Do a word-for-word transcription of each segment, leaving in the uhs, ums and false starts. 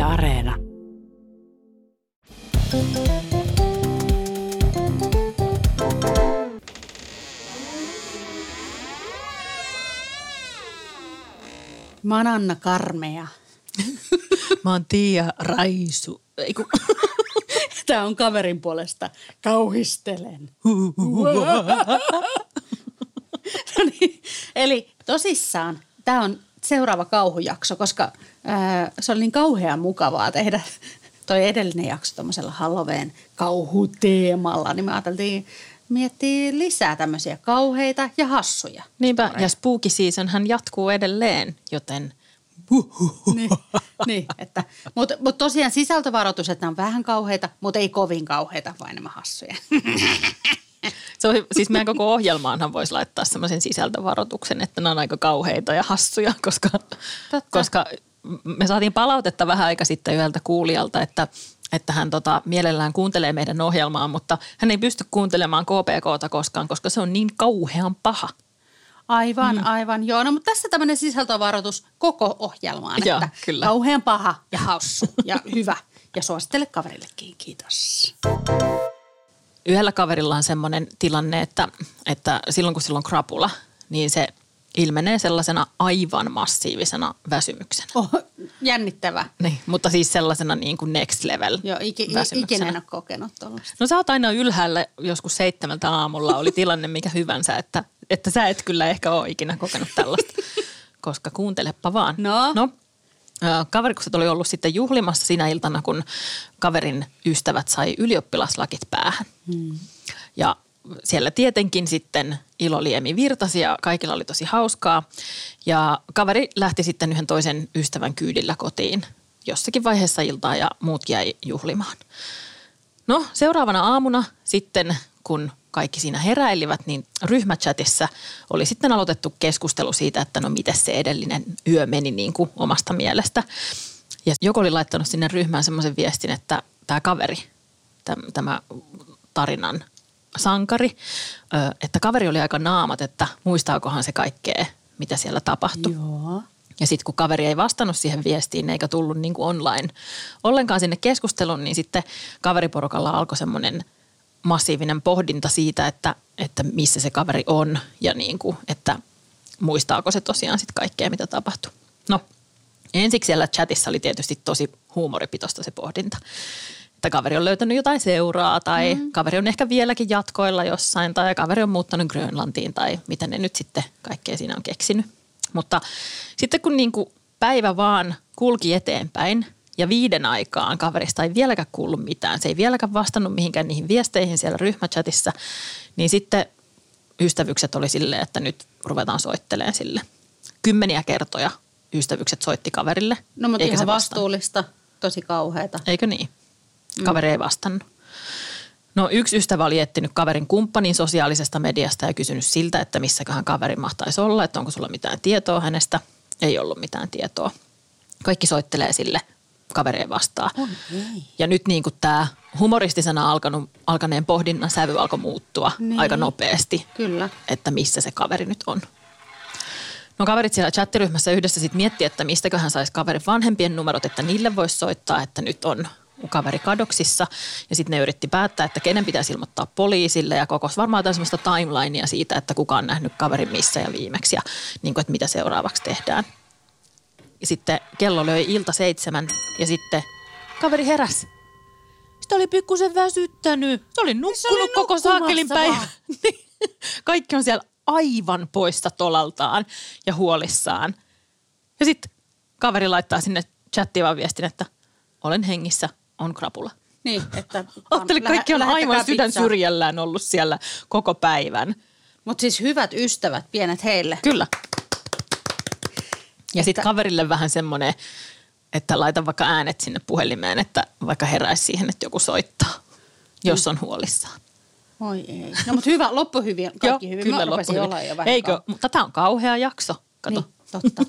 Yle Areena. Mä oon Anna Karmea. Mä oon Tiia Raisu. Eiku. Tää on kaverin puolesta. Kauhistelen. No niin. Eli tosissaan tää on seuraava kauhujakso, koska ää, se oli niin kauhean mukavaa tehdä toi edellinen jakso tommosella Halloween kauhuteemalla. Niin me ajateltiin miettiä lisää tämmöisiä kauheita ja hassuja. Niinpä, ja spooky seasonhan jatkuu edelleen, joten... niin, niin, että, mutta mut tosiaan sisältövaroitus, että nämä on vähän kauheita, mutta ei kovin kauheita, vaan enemmän hassuja. Se on, siis meidän koko ohjelmaanhan voisi laittaa semmoisen sisältövaroituksen, että nämä on aika kauheita ja hassuja, koska, koska me saatiin palautetta vähän aika sitten yhdeltä kuulijalta, että, että hän tota, mielellään kuuntelee meidän ohjelmaa, mutta hän ei pysty kuuntelemaan K P K:ta koskaan, koska se on niin kauhean paha. Aivan, mm. aivan. Joo, no mutta tässä tämmöinen sisältövaroitus koko ohjelmaan, Joo, että kyllä. Kauhean paha ja hassu ja hyvä. Ja suosittele kaverillekin. Kiitos. Yhdellä kaverilla on semmoinen tilanne, että, että silloin kun sillä on krapula, niin se ilmenee sellaisena aivan massiivisena väsymyksenä. Oh, jännittävä. Niin, mutta siis sellaisena niin kuin next level Joo, iki, ikinä en ole kokenut tuollaista. No sä oot aina ylhäällä joskus seitsemältä aamulla, oli tilanne mikä hyvänsä, että, että sä et kyllä ehkä ole ikinä kokenut tällaista, koska kuuntelepa vaan. No? No kaverikset oli ollut sitten juhlimassa sinä iltana, kun kaverin ystävät sai ylioppilaslakit päähän. Hmm. Ja siellä tietenkin sitten iloliemi virtasi ja kaikilla oli tosi hauskaa. Ja kaveri lähti sitten yhden toisen ystävän kyydillä kotiin jossakin vaiheessa iltaa ja muut jäi juhlimaan. No seuraavana aamuna sitten, kun kaikki siinä heräilivät, niin ryhmächatissa oli sitten aloitettu keskustelu siitä, että no miten se edellinen yö meni niin kuin omasta mielestä. Ja joku oli laittanut sinne ryhmään semmoisen viestin, että tämä kaveri, tämä tarinan sankari, että kaveri oli aika naamat, että muistaakohan se kaikkea, mitä siellä tapahtui. Joo. Ja sitten kun kaveri ei vastannut siihen viestiin eikä tullut niin kuin online ollenkaan sinne keskusteluun, niin sitten kaveriporukalla alkoi semmoinen massiivinen pohdinta siitä, että, että missä se kaveri on ja niin kuin, että muistaako se tosiaan sitten kaikkea, mitä tapahtui. No, ensiksi siellä chatissa oli tietysti tosi huumoripitoista se pohdinta. Että kaveri on löytänyt jotain seuraa tai mm. kaveri on ehkä vieläkin jatkoilla jossain tai kaveri on muuttanut Grönlantiin tai mitä ne nyt sitten kaikkea siinä on keksinyt. Mutta sitten kun niin kuin päivä vaan kulki eteenpäin ja viiden aikaan kaverista ei vieläkään kuullut mitään, se ei vieläkään vastannut mihinkään niihin viesteihin siellä ryhmächatissa, niin sitten ystävykset oli silleen, että nyt ruvetaan soittelemaan sille. Kymmeniä kertoja ystävykset soitti kaverille. No mutta ihan vastuullista, tosi kauheata. Eikö niin? Kaveri ei vastannut. No yksi ystävä oli etsinyt kaverin kumppanin sosiaalisesta mediasta ja kysynyt siltä, että missäköhän kaveri mahtaisi olla, että onko sulla mitään tietoa hänestä. Ei ollut mitään tietoa. Kaikki soittelee sille, kaveri ei vastaa. Oh, ei. Ja nyt niin kuin tämä humoristisena alkanut, alkaneen pohdinnan sävy alkoi muuttua niin. aika nopeasti. Kyllä. Että missä se kaveri nyt on. No kaverit siellä chattiryhmässä yhdessä sitten miettii, että mistäköhän saisi kaverin vanhempien numerot, että niille voisi soittaa, että nyt on kaveri kadoksissa. Ja sitten ne yritti päättää, että kenen pitäisi ilmoittaa poliisille ja kokos varmaan jotain sellaista timelinea siitä, että kuka on nähnyt kaverin missä ja viimeksi ja niin kuin, että mitä seuraavaksi tehdään. Ja sitten kello löi ilta seitsemän ja sitten kaveri heräsi. Sitten oli pikkusen väsyttänyt. Se oli nukkunut se oli koko saakelin päivän. Kaikki on siellä aivan poissa tolaltaan ja huolissaan. Ja sitten kaveri laittaa sinne chattiin vaan viestin, että olen hengissä, on krapula. Niin, että... Ajattelin, kaikki on aivan sydän syrjällään ollut siellä koko päivän. Mutta siis hyvät ystävät, pienet heille. Kyllä. Ja sitten kaverille vähän semmoinen, että laita vaikka äänet sinne puhelimeen, että vaikka heräisi siihen, että joku soittaa, jos on huolissaan. Oi ei. No mutta hyvä, loppu hyvin, kaikki Joo, hyvin. kyllä Mä rupesin loppu olla jo vähän. Eikö? Kauan. Mutta tämä on kauhea jakso. Kato. Niin, totta.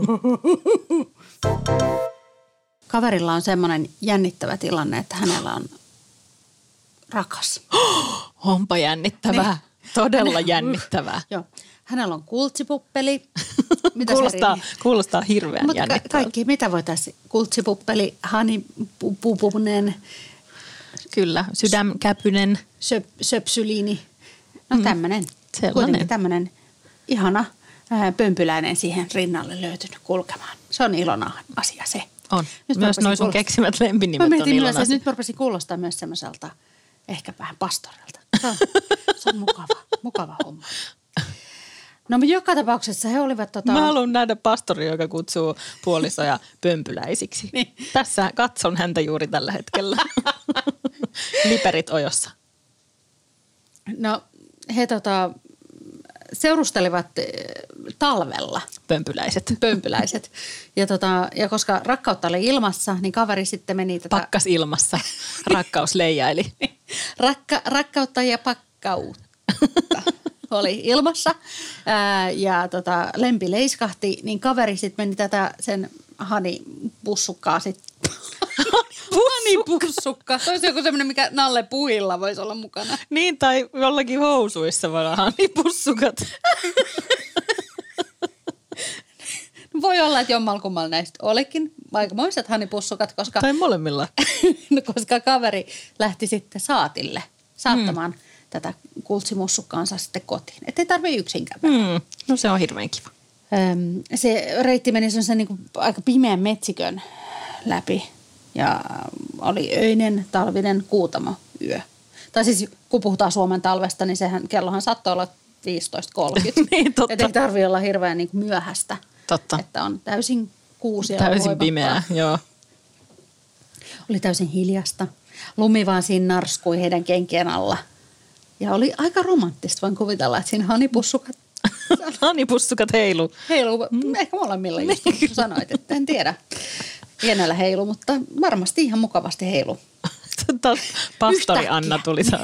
Kaverilla on semmoinen jännittävä tilanne, että hänellä on rakas. Onpa jännittävää. Niin. Todella jännittävää. Joo. hänellä on kultsipuppeli. Mitä kuulostaa, kuulostaa hirveän Mutta jännittävältä. ka- kaikki, mitä voitaisiin, kultsipuppeli, hanipupunen, Kyllä, sydämkäpynen. söp, söpsyliini, no tämmöinen. Sellainen. Kuitenkin tämmöinen ihana ää, pömpyläinen siihen rinnalle löytynyt kulkemaan. Se on ilona asia se. On. Nyt mä Myös rupesin noi sun kuulost- keksimät lempinimet Mä on mietin myös, ilona. että nyt mä rupesin kuulostaa myös semmoiselta ehkä vähän pastorilta. Se on, se on mukava, mukava homma. No mutta joka tapauksessa he olivat tota... Mä haluan nähdä pastori, joka kutsuu puolisoja pömpyläisiksi. Niin. Tässä katson häntä juuri tällä hetkellä. Liperit ojossa. No he tota, seurustelivat eh, talvella, Pömpyläiset. pömpyläiset. Ja, tota, ja koska rakkautta oli ilmassa, niin kaveri sitten meni tätä... Pakkas ilmassa. Rakkaus leijaili. Rakka, rakkautta ja pakkautta oli ilmassa. Ää, ja tota, lempi leiskahti, niin kaveri sitten meni tätä sen hanipussukkaa sitten. Hanipussukka. Se olisi joku semmoinen, mikä Nalle Puhilla voisi olla mukana. Niin, tai jollakin housuissa vaan hanipussukat. Voi olla, että jommalkummalla näistä olikin aikamoiset hanipussukat, koska, Tai molemmilla. no, koska kaveri lähti sitten saatille saattamaan hmm. tätä kultsimussukkaansa sitten kotiin. Että ei tarvitse yksin kävellä. Hmm. No se on hirveän kiva. Öm, se reitti meni semmoisen niin kuin aika pimeän metsikön läpi ja oli öinen, talvinen kuutamo yö. Tai siis kun puhutaan Suomen talvesta, niin sehän kellohan saattoi olla viisitoista kolmekymmentä. Niin, totta. Että ei tarvitse olla hirveän niin kuin myöhäistä. Totta. Että on täysin kuusi ja Täysin voimakkaan. pimeää, joo. Oli täysin hiljasta. Lumi vaan siinä narskui heidän kenkien alla. Ja oli aika romanttista, voin kuvitella, että siinä hanipussukat Hanipussukat heilu. heilu. Ehkä molemmilla, just kun sanoit, että en tiedä. Pienellä heilu, mutta varmasti ihan mukavasti heilu. Taas pastori Yhtäkkiä. Anna tuli taas.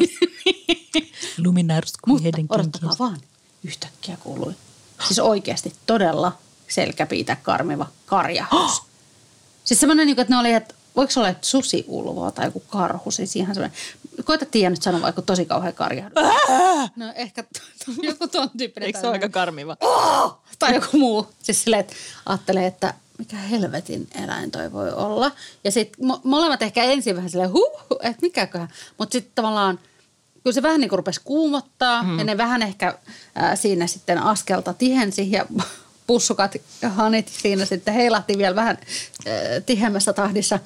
Luminärskui Mutta heidän odottakaa kenkiensä. vaan. Yhtäkkiä kuului. Siis oikeasti todella selkäpiitä karmiva karjahdus. Siis semmoinen, että ne oli, että voiko olla, että susi ulvoo tai joku karhu. Siis ihan semmoinen. Koeta Tiia nyt sanoa vaikka tosi kauhea karjahdus. No ehkä t- t- joku tuon tyyppinen. Eikö se ole aika karmiva? Oh! Tai joku muu. Siis silleen, että ajattelee, että mikä helvetin eläin toi voi olla. Ja sitten mo- molemmat ehkä ensin vähän silleen huh, huh että mikäköhän. Mutta sitten tavallaan, kyllä se vähän niin kuin rupesi kuumottaa. Mm. Ja ne vähän ehkä ää, siinä sitten askelta tihensi ja pussukat ja hanit siinä sitten heilahti vielä vähän ää, tihemmässä tahdissa.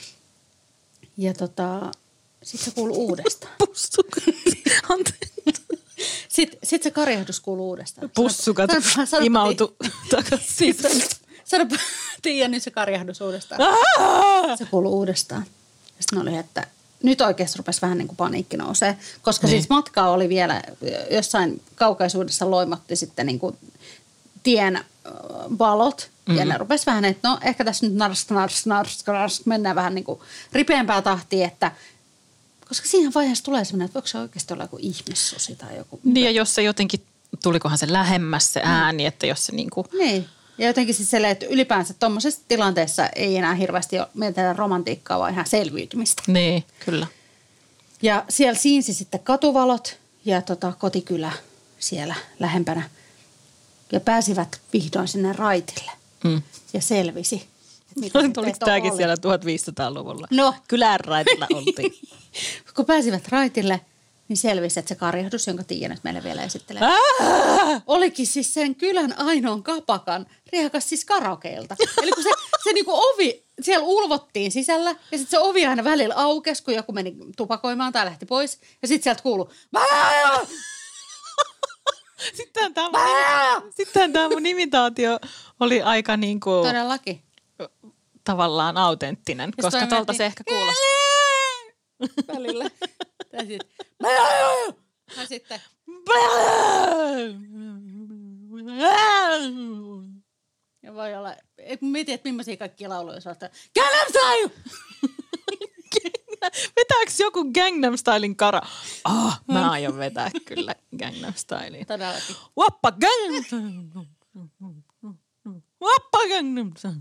Ja tota, sitten se kuului uudestaan. Pussukat. Anteeksi. Sitten sit se karjahdus kuuluu uudestaan. Pussukat Sanoppa- sanoppa- imautu takaisin. Sanoppa, Tiia, nyt se karjahdus uudestaan. Se kuuluu uudestaan. Ja sitten oli, että nyt oikeasti rupesi vähän niin kuin paniikki nousee. Koska Niin. siis matkaa oli vielä jossain kaukaisuudessa loimotti sitten niin kuin tien äh, valot. Mm-hmm. Ja ne rupesi vähän, että no ehkä tässä nyt nars, nars, nars, nars, mennään vähän niin kuin ripeämpää tahtia, että koska siinä vaiheessa tulee sellainen, että voiko se oikeasti olla joku ihmissusi tai joku. Niin ja jos se jotenkin, tulikohan se lähemmäs se ääni, että jos se niinku... Niin. Ja jotenkin siis silleen, että ylipäänsä tuommoisessa tilanteessa ei enää hirveästi ole mietitään romantiikkaa, vaan ihan selviytymistä. Niin, kyllä. Ja siellä siinsi sitten katuvalot ja tota, kotikylä siellä lähempänä. Ja pääsivät vihdoin sinne raitille. Mm. Ja selvisi. että mitä se Oliko peto tämäkin oli. siellä tuhatviisisataa-luvulla? No. Kylän raitilla oltiin. Kun pääsivät raitille, niin selvisi, että se karjahdus, jonka Tiia nyt meille vielä esittelee, Ah! olikin siis sen kylän ainoan kapakan riehakas siis karaokeilta. Eli kun se, se niinku ovi, siellä ulvottiin sisällä ja sitten se ovi aina välillä aukesi, kun joku meni tupakoimaan tai lähti pois. Ja sitten sieltä kuului, Sitten tämä mun, sitten tämä mun imitaatio oli aika niin kuin todellakin. tavallaan autenttinen, Ja koska sitten tuolta mentiin, se ehkä kuulostaa. Välillä. Ja sitten, ja sitten ja voi olla, ei kun mietin, että millaisia kaikkia lauluja se on. Gangnam Style! Vetääkö joku Gangnam Stylein kara? Ah, mä aion vetää kyllä Gangnam Stylein. Todellakin. Wappa Gangnam Style. Wappa Gangnam Style.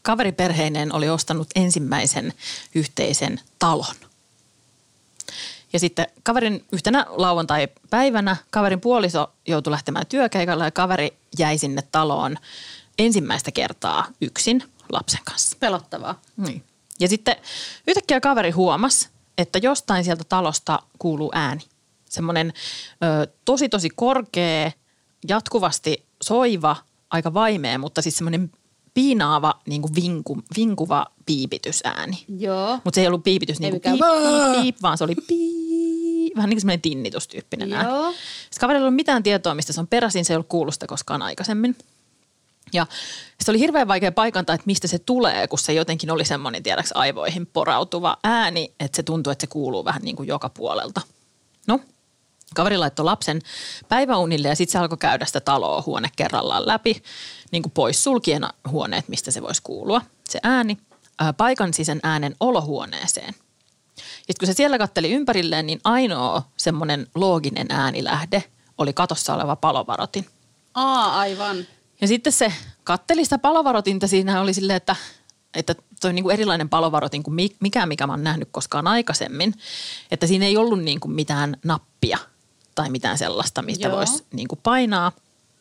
Kaveriperheineen oli ostanut ensimmäisen yhteisen talon. Ja sitten kaverin yhtenä lauantai-päivänä kaverin puoliso joutui lähtemään työkeikalle ja kaveri jäi sinne taloon ensimmäistä kertaa yksin lapsen kanssa. Pelottavaa. Niin. Ja sitten yhtäkkiä kaveri huomasi, että jostain sieltä talosta kuuluu ääni. Semmoinen ö, tosi tosi korkea, jatkuvasti soiva, aika vaimea, mutta siis semmoinen piinaava, niin kuin vinku, vinkuva piipitysääni. Joo. Mutta se ei ollut piipitys niin kuin piip, piip, piip, vaan se oli piip, vähän niin kuin semmoinen tinnitustyyppinen ääni. Joo. Sitten kaverilla ei ollut mitään tietoa, mistä se on peräisin, se ei ollut kuullut sitä koskaan aikaisemmin. Ja se oli hirveän vaikea paikantaa, että mistä se tulee, kun se jotenkin oli semmoinen, tiedäks, aivoihin porautuva ääni, että se tuntuu, että se kuuluu vähän niin kuin joka puolelta. No, kaveri laittoi lapsen päiväunille ja sitten se alkoi käydä sitä taloa huone kerrallaan läpi, niin kuin pois sulkien huoneet, mistä se voisi kuulua. Se ääni ää, paikansi sen äänen olohuoneeseen. Sitten kun se siellä katteli ympärilleen, niin ainoa semmoinen looginen äänilähde oli katossa oleva palovarotin. Aa, aivan. Ja sitten se katteli sitä palovarotinta, siinä oli silleen, että, että toi on niin kuin erilainen palovarotin kuin mikään, mikä mä oon nähnyt koskaan aikaisemmin. Että siinä ei ollut niin kuin mitään nappia tai mitään sellaista, mistä Joo. voisi niin kuin painaa.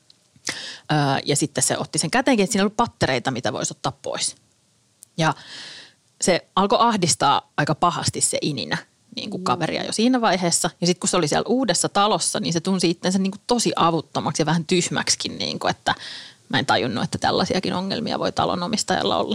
Öö, ja sitten se otti sen käteenkin, että siinä ei ollut pattereita, mitä voisi ottaa pois. Ja se alkoi ahdistaa aika pahasti se ininä niin kuin kaveria jo siinä vaiheessa. Ja sitten kun se oli siellä uudessa talossa, niin se tunsi itsensä niin kuin tosi avuttomaksi ja vähän tyhmäksikin, niin kuin, että mä en tajunnut, että tällaisiakin ongelmia voi talonomistajalla olla.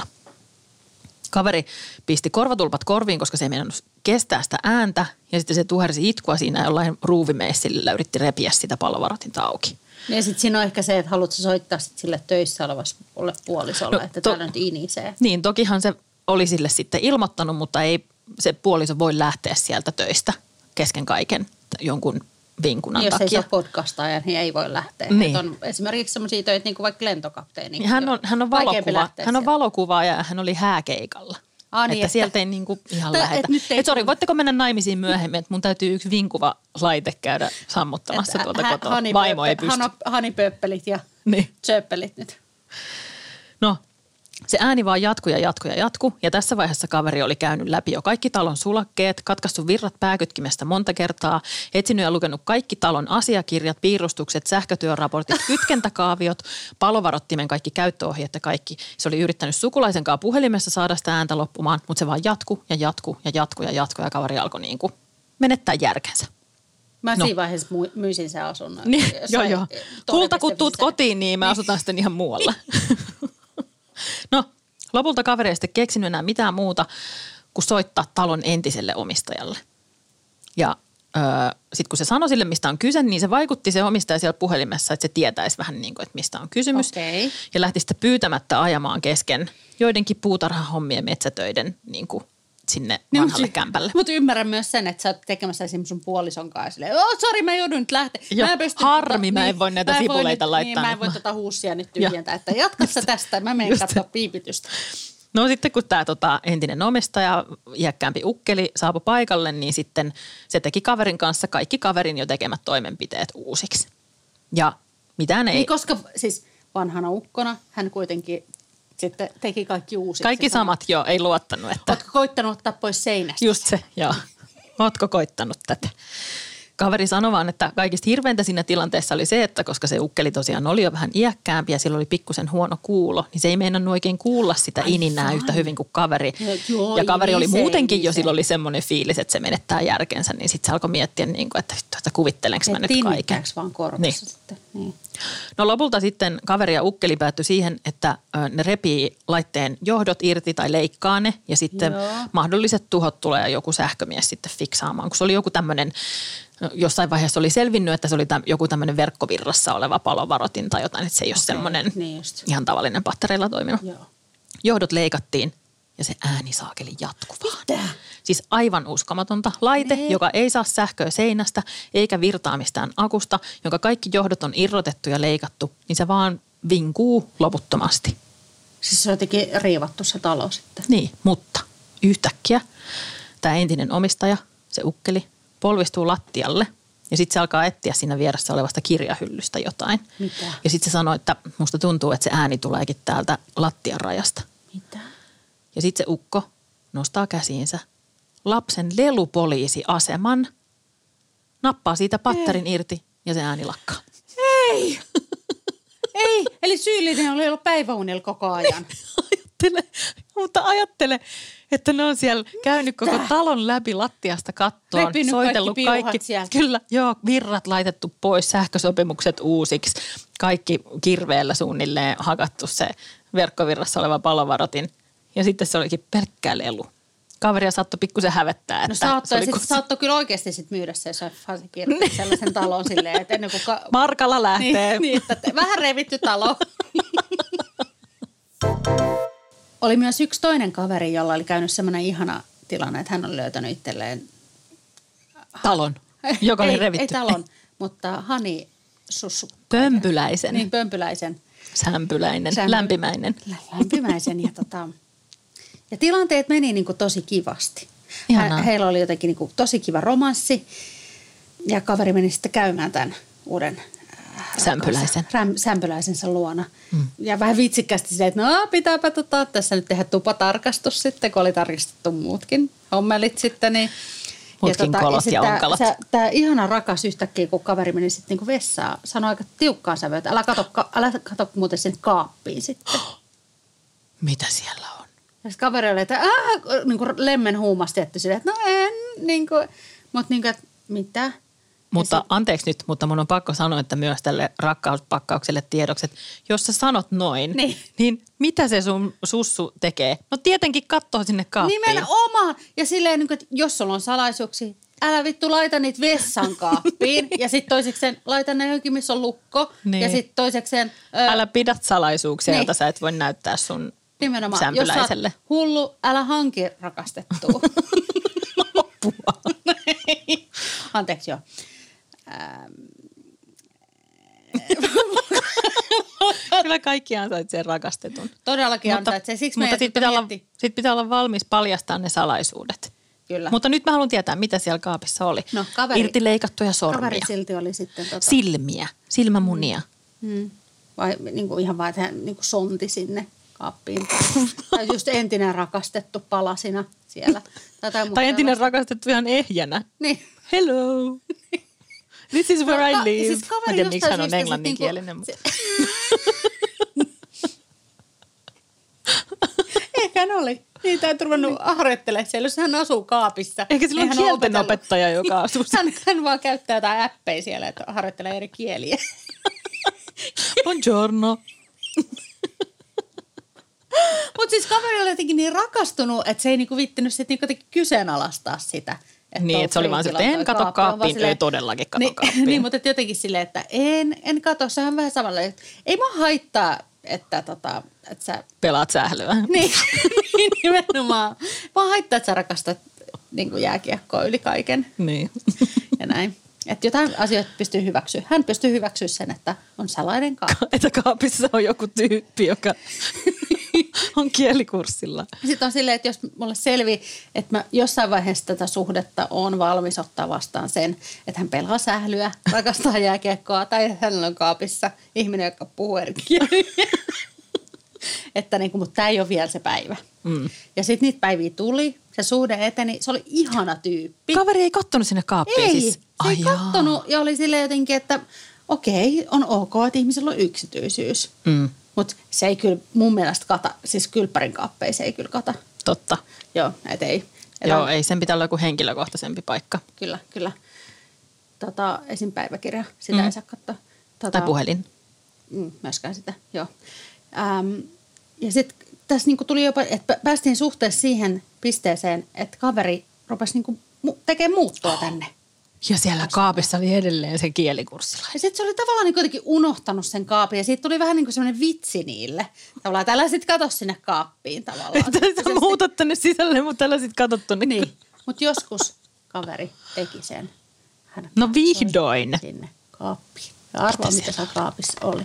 Kaveri pisti korvatulpat korviin, koska se ei meinannut kestää sitä ääntä ja sitten se tuhersi itkua siinä jollain ruuvimeissillä yritti repiä sitä palovarotinta auki. Ja sitten siinä on ehkä se, että haluatko soittaa sit sille töissä olevalle puolisolle, No, että to- täällä nyt inisee. Niin, tokihan se oli sille sitten ilmoittanut, mutta ei se puoliso voi lähteä sieltä töistä kesken kaiken jonkun vinkunan Jos takia. ei se ole podcastaaja, niin ei voi lähteä. Niin. On esimerkiksi sellaisia töitä, niin kuin vaikka lentokapteeni. Niin hän on, hän on valokuva, hän on valokuvaaja ja hän oli hääkeikalla. Ah, niin, että, että sieltä ei niinku ihan Tää- lähetä. et nyt ei Et sori, tullut. voitteko mennä naimisiin myöhemmin, että mun täytyy yksi vinkuva laite käydä sammuttamassa tuolta kotoa. Vaimo ei pysty. Hanipöppelit ja Niin. tsöppelit nyt. No, se ääni vaan jatkui ja jatkui ja jatkui. Ja tässä vaiheessa kaveri oli käynyt läpi jo kaikki talon sulakkeet, katkaistu virrat pääkytkimestä monta kertaa, etsinyt ja lukenut kaikki talon asiakirjat, piirustukset, sähkötyöraportit, kytkentäkaaviot, palovarottimen kaikki käyttöohjeet ja kaikki. Se oli yrittänyt sukulaisenkaan puhelimessa saada sitä ääntä loppumaan, mutta se vaan jatkui ja jatkui ja jatkui ja jatkui ja kaveri alkoi niin kuin menettää järkensä. Mä No. siinä vaiheessa mu- myisin sen asunnon. Niin, Jos joo, sai- joo. toinen Kulta, kun piste tuut viisi. kotiin, niin me asutaan sitten ihan muualla. No, lopulta kaveri ei sitten keksinyt enää mitään muuta kuin soittaa talon entiselle omistajalle. Ja öö, sitten kun se sanoi sille, mistä on kyse, niin se vaikutti se omistaja siellä puhelimessa, että se tietäisi vähän niin kuin, että mistä on kysymys. Okei. Ja lähti sitten pyytämättä ajamaan kesken joidenkin puutarhahommien metsätöiden niin kuin sinne vanhalle kämpälle. Mutta ymmärrän myös sen, että sä oot tekemässä esimerkiksi sun puolison kanssa silleen, oh, sori, mä joudun nyt lähteä. Joo, Mä en pysty harmi, tota- mä en voi näitä mä en voi sipuleita nyt- laittaa Niin, mä en nyt. voi tota huussia nyt tyhjentää, että jatka sä tästä, mä menen katsoa piipitystä. No sitten kun tämä tota, entinen omistaja, iäkkäämpi ukkeli saapui paikalle, niin sitten se teki kaverin kanssa kaikki kaverin jo tekemät toimenpiteet uusiksi. Ja mitään ei... Niin, koska siis vanhana ukkona hän kuitenkin sitten teki kaikki uusiksi. Kaikki samat jo, ei luottanut, että... Ootko koittanut ottaa pois seinästä? Just se, joo. Ootko koittanut tätä? Kaveri sanoi vaan, että kaikista hirveintä siinä tilanteessa oli se, että koska se ukkeli tosiaan oli jo vähän iäkkäämpi ja sillä oli pikkusen huono kuulo, niin se ei meinannut oikein kuulla sitä ininää yhtä hyvin kuin kaveri. Ja, joo, ja kaveri oli inisee, muutenkin jo, inisee. sillä oli semmoinen fiilis, että se menettää järkensä, niin sitten se alkoi miettiä, niin kuin, että, vittu, että kuvittelenko mä nyt kaiken. Tinnittääkö vaan korvassa Niin. sitten? Niin. No lopulta sitten kaveri ja ukkeli päättyi siihen, että ö, ne repii laitteen johdot irti tai leikkaa ne ja sitten Joo. mahdolliset tuhot tulee joku sähkömies sitten fiksaamaan, kun se oli joku tämmöinen, jossain vaiheessa oli selvinnyt, että se oli täm, joku tämmöinen verkkovirrassa oleva palovarotin tai jotain, että se ei ole semmoinen niin just. ihan tavallinen pattereilla toiminut. Joo. Johdot leikattiin ja se ääni saakeli jatkuvaan. Mitä? Siis aivan uskomatonta. Laite, Nee. joka ei saa sähköä seinästä eikä virtaa mistään akusta, jonka kaikki johdot on irrotettu ja leikattu, niin se vaan vinkuu loputtomasti. Siis se on jotenkin riivattu se talo sitten. Niin, mutta yhtäkkiä tämä entinen omistaja, se ukkeli, polvistuu lattialle ja sitten se alkaa etsiä siinä vieressä olevasta kirjahyllystä jotain. Mitä? Ja sitten se sanoi, että musta tuntuu, että se ääni tuleekin täältä lattian rajasta. Mitä? Ja sitten se ukko nostaa käsiinsä lapsen lelupoliisiaseman nappaa siitä patterin Ei. irti ja se ääni lakkaa. Ei! Ei, eli syyllinen oli ollut päiväunilla koko ajan. Ajattele, mutta ajattele, että ne on siellä käynyt koko talon läpi lattiasta kattoon. Repinyt soitellut kaikki kaikki sieltä. Kyllä, joo, virrat laitettu pois, sähkösopimukset uusiksi. Kaikki kirveellä suunnilleen hakattu se verkkovirrassa oleva palovarotin. Ja sitten se olikin pelkkää lelu. Kaveria saattoi pikkusen hävettää. Että no saattoi, se sit, saattoi kyllä oikeasti sit myydä se fasikirkki sellaisen talon silleen, että ennen kuin... Ka- Markalla lähtee. Niin, niin että vähän revitty talo. Oli myös yksi toinen kaveri, jolla oli käynyt semmoinen ihana tilanne, että hän oli löytänyt itselleen... Talon, joka oli ei, revitty. Ei talon, mutta hani sussu. Pömpyläisen. Niin, pömpyläisen. Sämpyläinen, Sämpy- lämpimäinen. Lämpimäisen ja tota... Ja tilanteet meni niin kuin tosi kivasti. Hän, heillä oli jotenkin niin kuin tosi kiva romanssi ja kaveri meni sitten käymään tämän uuden äh, sämpyläisen. Räm, sämpyläisensä luona. Mm. Ja vähän vitsikkäästi silleen, että no pitääpä tota, tässä nyt tehdä tupatarkastus sitten, kun oli tarkistettu muutkin hommelit sitten. Niin, muutkin ja kolot ja, ja onkalat. Tämä ihana rakas yhtäkkiä, kun kaveri meni sitten niin kuin vessaan, sanoi aika tiukkaan sävyyn, että älä kato, älä kato muuten sinne kaappiin sitten. Mitä siellä on? Ja sitten kaveri oli, että äh, niin kuin lemmen huumasti, että silleen, että no en, niin kuin, mutta niin kuin, että mitä? Mutta sit... anteeksi nyt, mutta mun on pakko sanoa, että myös tälle rakkauspakkaukselle tiedokset, jos sä sanot noin, niin, niin mitä se sun sussu tekee? No tietenkin kattoo sinne kaappiin. Nimenomaan. Ja silleen, niin kuin, että jos sulla on salaisuuksia, älä vittu laita niitä vessan kaappiin. Ja sitten toisekseen laita ne johonkin, missä on lukko. Niin. Ja sitten toisekseen... Ö... Älä pidä salaisuuksia, niin. Joita sä et voi näyttää sun... Nimenomaan. Sämpyläiselle. Jos sä hullu, älä hanki rakastettua. Apua. Anteeksi joo. Ähm. Kyllä kaikki ansaitsee rakastetun. Todellakin mutta, ansaitsee. Siksi mutta sitten pitää, olla, sit pitää olla valmis paljastaa ne salaisuudet. Kyllä. Mutta nyt mä haluan tietää, mitä siellä kaapissa oli. No, kaveri, irtileikattuja sormia. Kaveri silti oli sitten... Tota... Silmiä, silmämunia. Mm. Vai niin kuin ihan vaan, että hän niin kuin sonti sinne kaappiin. Tai just entinen rakastettu palasina siellä. Tai, tai, tai entinen rakastettu ihan ehjänä. Niin. Hello. This is where no, I live. Siis mä tiedän, miksi hän on englanninkielinen. Niinku... Ehkä hän oli. Niitä ei ruvennut harjoittelemaan siellä, jos hän asuu kaapissa. Ehkä sillä on niin kieltenopettaja, joka asuu. hän, hän vaan käyttää jotain appeja siellä, että harjoittelee eri kieliä. Buongiorno. Mutta siis kaveri oli jotenkin niin rakastunut, että se ei niinku vittinyt sit niinku jotenkin kyseenalaistaa sitä. Että niin, että se oli vaan se, että en kato kaappiin, silleen, ei todellakin kato niin, kaappiin. Niin, mutta jotenkin silleen, että en, en kato, se on vähän samalla. Ei mua haittaa, että, tota, että sä... Pelaat sählyä. Niin, nimenomaan. Mua haittaa, että sä rakastat niin kuin jääkiekkoa yli kaiken. Niin. Ja näin. Että jotain asioita pystyy hyväksyä. Hän pystyy hyväksyä sen, että on salainen kaappi. Että kaapissa on joku tyyppi, joka on kielikurssilla. Sitten on silleen, että jos mulle selvii, että mä jossain vaiheessa tätä suhdetta on valmis ottaa vastaan sen, että hän pelaa sählyä, rakastaa jääkiekkoa tai hänellä on kaapissa ihminen, joka puhuu eri kieliä. Että niin kuin, mutta tämä ei ole vielä se päivä. Mm. Ja sitten niitä päiviä tuli, se suhde eteni, se oli ihana tyyppi. Kaveri ei kattonut sinne kaappiin ei, siis? se ei kattonut ja oli silleen jotenkin, että okei, on ok, että ihmisellä on yksityisyys. Mm. Mutta se ei kyllä mun mielestä kata, siis kylppärin kaappeja se ei kyllä kata. Totta. Joo, et ei. Et Joo, on, ei sen pitää olla joku henkilökohtaisempi paikka. Kyllä, kyllä. Tota, esim. Päiväkirja, sitä mm. ei saa katsoa. Tota, tai puhelin. Mm, myöskään sitä, joo. Ähm, ja sitten tässä niinku tuli jopa, että päästiin suhteessa siihen pisteeseen, että kaveri rupesi niinku tekemään muuttua oh. tänne. Ja siellä kaapissa oli edelleen se kielikurssilla. Ja sitten se oli tavallaan niin kuitenkin unohtanut sen kaapin ja siitä tuli vähän niin kuin semmoinen vitsi niille. Tavallaan, että älä sitten katso sinne kaappiin tavallaan. Että sä muutat tänne sisälle, mutta älä sitten katso tonne. Niin, mutta joskus kaveri teki sen. Hän no vihdoin. Sinne kaappiin. Ja arvaa, mitä siellä kaapissa oli.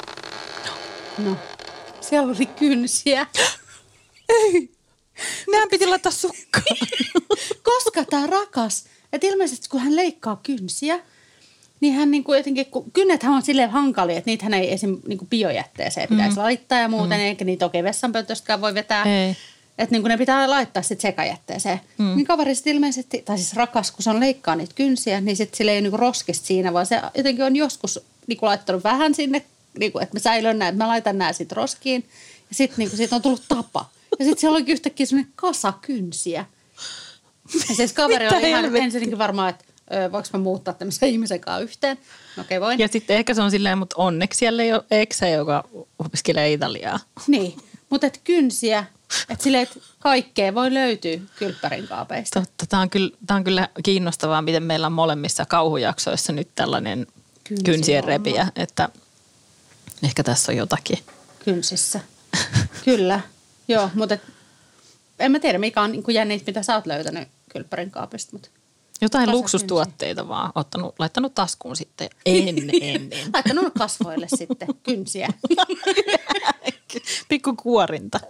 No, siellä oli kynsiä. Ei, nehän piti laittaa sukkaan. Koska tämä rakas, että ilmeisesti kun hän leikkaa kynsiä, niin hän niin kuin jotenkin, kun kynnethän on silleen hankalia, että niitähän ei esim. Niin kuin biojätteeseen pitäisi mm. laittaa ja muuten, mm. eikä niitä oikein vessanpöntöstäkään voi vetää. Ei. Että niin kuin ne pitää laittaa sitten sekajätteeseen. Mm. Niin kaveri sitten ilmeisesti, tai siis rakas, kun se on leikkaa niitä kynsiä, niin sitten sillä ei ole niin kuin roskista siinä, vaan se jotenkin on joskus niin kuin laittanut vähän sinne, niin kuin, että mä säilön näin, että mä laitan nämä sitten roskiin. Ja sitten niin kuin siitä on tullut tapa. Ja sitten siellä onkin yhtäkkiä semmoinen kasa kynsiä. Ja siis kaveri oli ihan ensinnäkin varmaan, että ö, voinko mä muuttaa tämmöisen ihmisen kanssa yhteen. No okei, voin. Ja sitten ehkä se on silleen, mutta onneksi siellä ei ole eksä, joka opiskelee italiaa. Niin, mutta et kynsiä, että silleen, että kaikkea voi löytyä kylppärin kaapeista. Totta, tämä on, kyllä, tämä on kyllä kiinnostavaa, miten meillä on molemmissa kauhujaksoissa nyt tällainen Kynsi kynsien repiä, että ehkä tässä on jotakin. Kynsissä, kyllä. Joo, mutta et, en mä tiedä, mikä on niin jännit, mitä sä oot löytänyt kylppärin kaapista, mutta jotain luksustuotteita vaan, ottanut, laittanut taskuun sitten ennen, ennen. Laittanut kasvoille sitten kynsiä. Pikku kuorinta.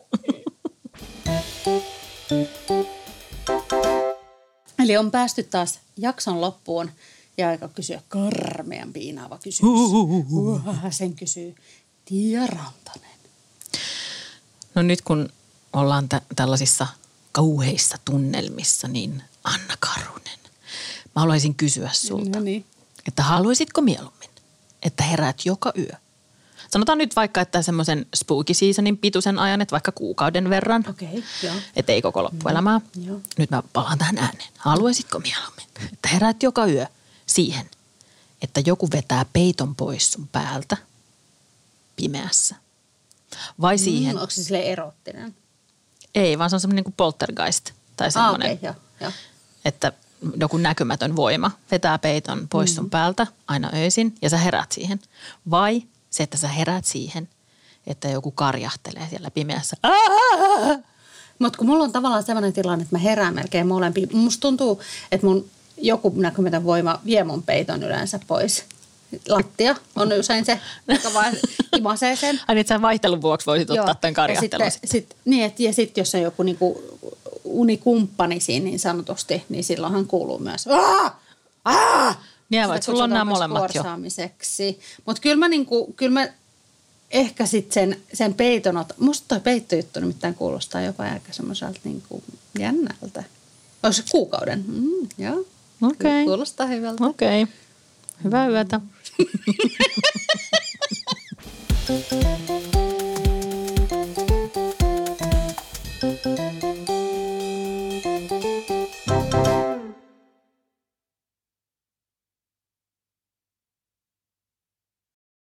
Eli on päästy taas jakson loppuun ja aika kysyä karmean piinaava kysymys. Uh, sen kysyy Tiia Rantanen. No nyt kun ollaan tä- tällaisissa kauheissa tunnelmissa, niin Anna Karunen, mä haluaisin kysyä sulta, no niin. että haluaisitko mieluummin, että heräät joka yö? Sanotaan nyt vaikka, että semmoisen spooky seasonin pituisen ajan, että vaikka kuukauden verran. Okei, okay, joo. Että ei koko loppuelämää. Mm, joo. Nyt mä palaan tähän ääneen. Haluaisitko mieluummin, että heräät joka yö siihen, että joku vetää peiton pois sun päältä pimeässä? Vai siihen? Mm, onko se silleen erottinen? Ei, vaan se on semmoinen kuin poltergeist tai semmoinen, ah, okay, joo, joo. että joku näkymätön voima vetää peiton pois sun päältä aina öisin ja sä herät siihen. Vai se, että sä herät siihen, että joku karjahtelee siellä pimeässä. Mutta kun mulla on tavallaan sellainen tilanne, että mä herään melkein molempiin. Musta tuntuu, että mun joku näkymätön voima vie mun peiton yleensä pois. Lattia on usein se, joka vaan imasee sen. Ai niin, että sä vaihtelun vuoksi voisit ottaa tämän karjahtelun. Ja sitten sit, niin, et, ja sitten jos on joku niinku unikumppani siinä niin sanotusti, niin silloinhan kuuluu myös Aa! Aa! Niin, vai sulla on nämä molemmat jo. Mutta kyllä mä, niinku, kyl mä ehkä sitten sen, sen peiton otan. Musta toi peittojuttu nimittäin kuulostaa jopa aika semmoiselta niinku jännältä. Onko se kuukauden? Mm, joo. Okei. Okay. Kuulostaa hyvältä. Okei. Okay. Hyvää yötä.